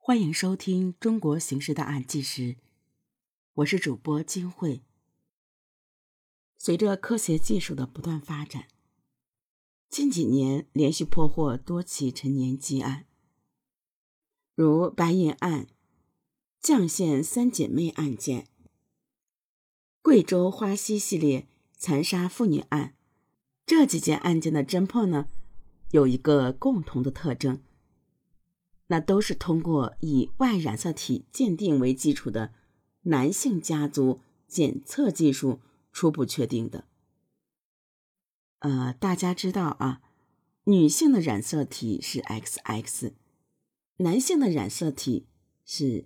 欢迎收听中国刑事档案纪实，我是主播金慧。随着科学技术的不断发展，近几年连续破获多起陈年积案，如白银案、绛县三姐妹案件、贵州花溪系列残杀妇女案。这几件案件的侦破呢，有一个共同的特征，那都是通过以 Y 染色体鉴定为基础的男性家族检测技术初步确定的。大家知道啊，女性的染色体是 XX， 男性的染色体是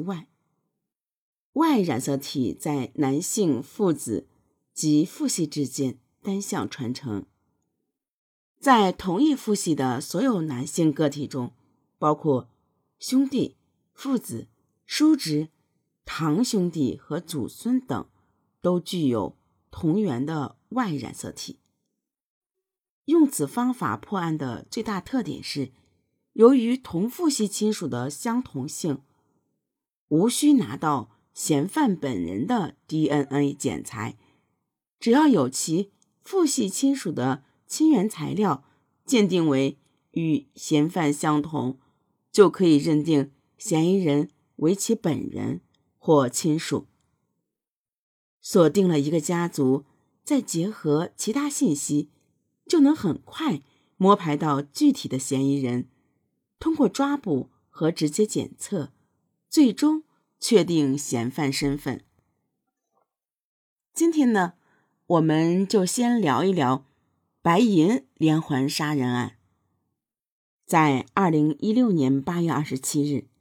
XY。Y 染色体在男性父子及父系之间单向传承，在同一父系的所有男性个体中，包括兄弟、父子、叔侄、堂兄弟和祖孙等，都具有同源的 Y 染色体。用此方法破案的最大特点是，由于同父系亲属的相同性，无需拿到嫌犯本人的 DNA 检材，只要有其父系亲属的亲缘材料鉴定为与嫌犯相同，就可以认定嫌疑人为其本人或亲属。锁定了一个家族，再结合其他信息，就能很快摸排到具体的嫌疑人，通过抓捕和直接检测，最终确定嫌犯身份。今天呢，我们就先聊一聊白银连环杀人案。在2016年8月27日，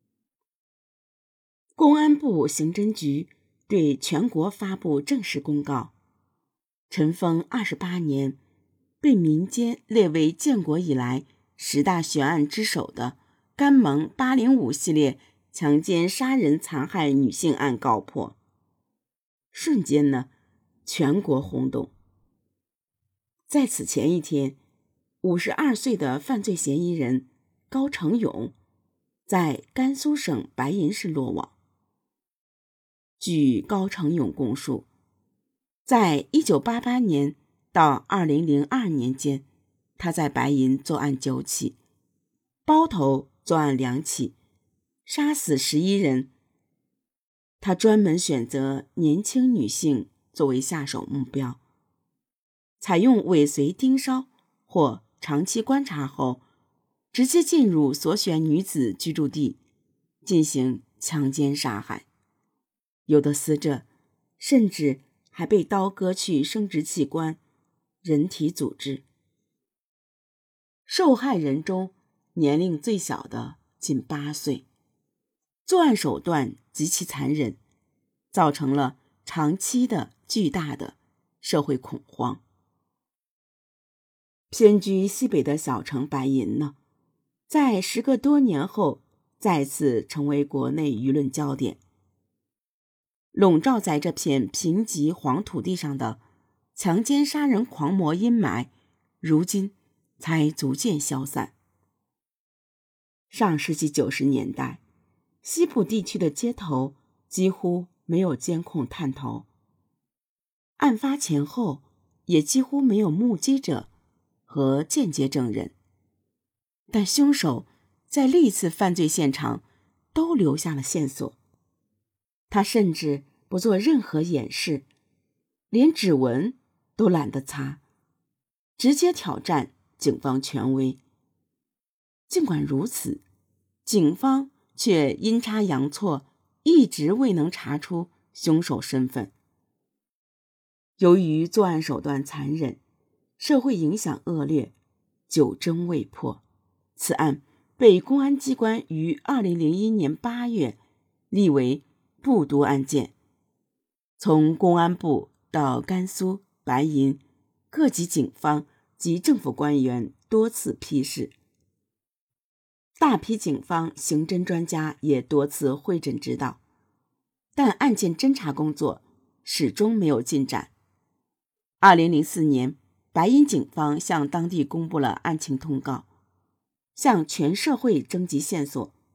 公安部刑侦局对全国发布正式公告，陈峰28年被民间列为建国以来10大悬案之首的甘蒙805系列强奸杀人残害女性案告破，瞬间呢，全国轰动。在此前一天，52岁的犯罪嫌疑人高成勇在甘肃省白银市落网。据高成勇供述，在1988年到2002年间，他在白银作案9起，包头作案2起，杀死11人。他专门选择年轻女性作为下手目标，采用尾随盯梢或长期观察后，直接进入所选女子居住地进行强奸杀害。有的死者甚至还被刀割去生殖器官、人体组织。受害人中年龄最小的仅8岁，作案手段极其残忍，造成了长期的巨大的社会恐慌。偏居西北的小城白银呢，在时隔多年后再次成为国内舆论焦点。笼罩在这片贫瘠黄土地上的强奸杀人狂魔阴霾，如今才逐渐消散。上世纪90年代，西部地区的街头几乎没有监控探头，案发前后也几乎没有目击者和间接证人，但凶手在历次犯罪现场都留下了线索。他甚至不做任何掩饰，连指纹都懒得擦，直接挑战警方权威。尽管如此，警方却阴差阳错，一直未能查出凶手身份。由于作案手段残忍，社会影响恶劣，久侦未破，此案被公安机关于2001年8月立为部督案件。从公安部到甘肃、白银，各级警方及政府官员多次批示，大批警方刑侦专家也多次会诊指导，但案件侦查工作始终没有进展。2004年，白银警方向当地公布了案情通告，向全社会征集线索，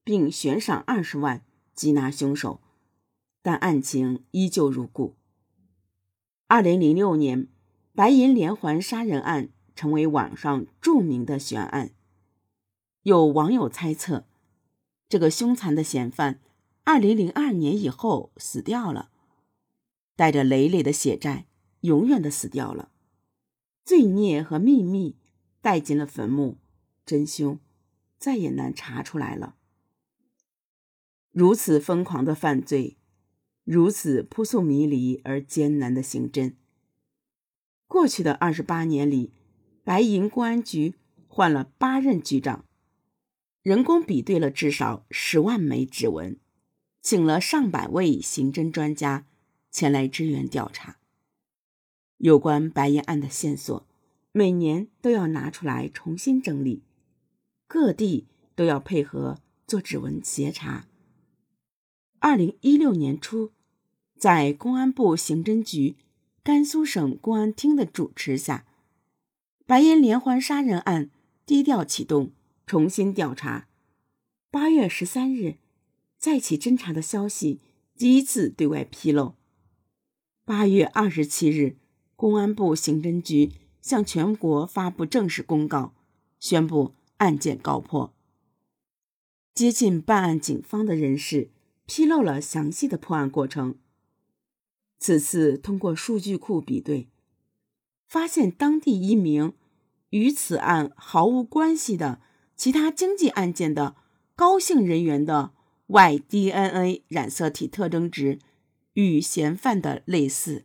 并悬赏20万缉拿凶手，但案情依旧如故。2006年，白银连环杀人案成为网上著名的悬案。有网友猜测，这个凶残的嫌犯2002年以后死掉了，带着累累的血债，永远的死掉了。罪孽和秘密带进了坟墓，真凶再也难查出来了。如此疯狂的犯罪，如此扑朔迷离而艰难的刑侦。过去的28年里，白银公安局换了8任局长，人工比对了至少10万枚指纹，请了上百位刑侦专家前来支援调查。有关白银案的线索，每年都要拿出来重新整理，各地都要配合做指纹协查。2016年初，在公安部刑侦局、甘肃省公安厅的主持下，白银连环杀人案低调启动重新调查。8月13日，再起侦查的消息第一次对外披露。8月27日，公安部刑侦局向全国发布正式公告，宣布案件告破。接近办案警方的人士披露了详细的破案过程。此次通过数据库比对，发现当地一名与此案毫无关系的其他经济案件的高姓人员的 Y-DNA 染色体特征值与嫌犯的类似。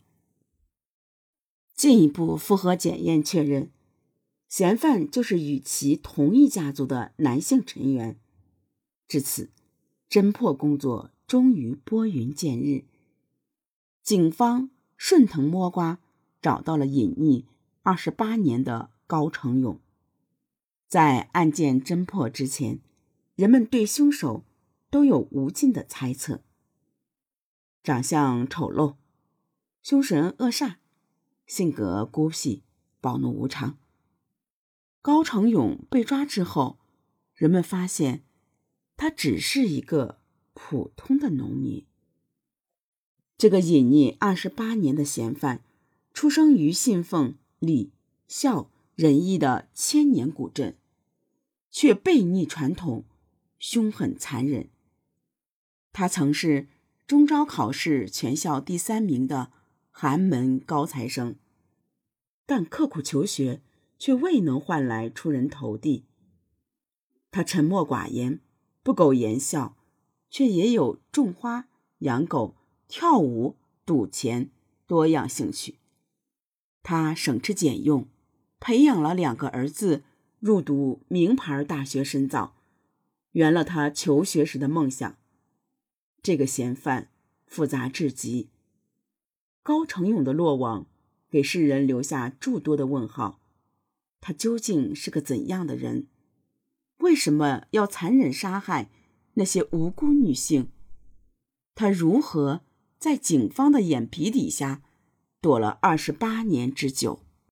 进一步复核检验确认，嫌犯就是与其同一家族的男性成员。至此，侦破工作终于拨云见日。警方顺藤摸瓜，找到了隐匿28年的高成勇。在案件侦破之前，人们对凶手都有无尽的猜测。长相丑陋，凶神恶煞，性格孤僻，暴怒无常。高成勇被抓之后，人们发现他只是一个普通的农民。这个隐匿28年的嫌犯，出生于信奉礼、孝、仁义的千年古镇，却背逆传统，凶狠残忍。他曾是中招考试全校第3名的寒门高材生，但刻苦求学却未能换来出人头地。他沉默寡言，不苟言笑，却也有种花、养狗、跳舞、赌钱多样兴趣。他省吃俭用，培养了2个儿子入读名牌大学深造，圆了他求学时的梦想。这个嫌犯复杂至极，高成勇的落网给世人留下诸多的问号。他究竟是个怎样的人？为什么要残忍杀害那些无辜女性？他如何在警方的眼皮底下躲了28年之久？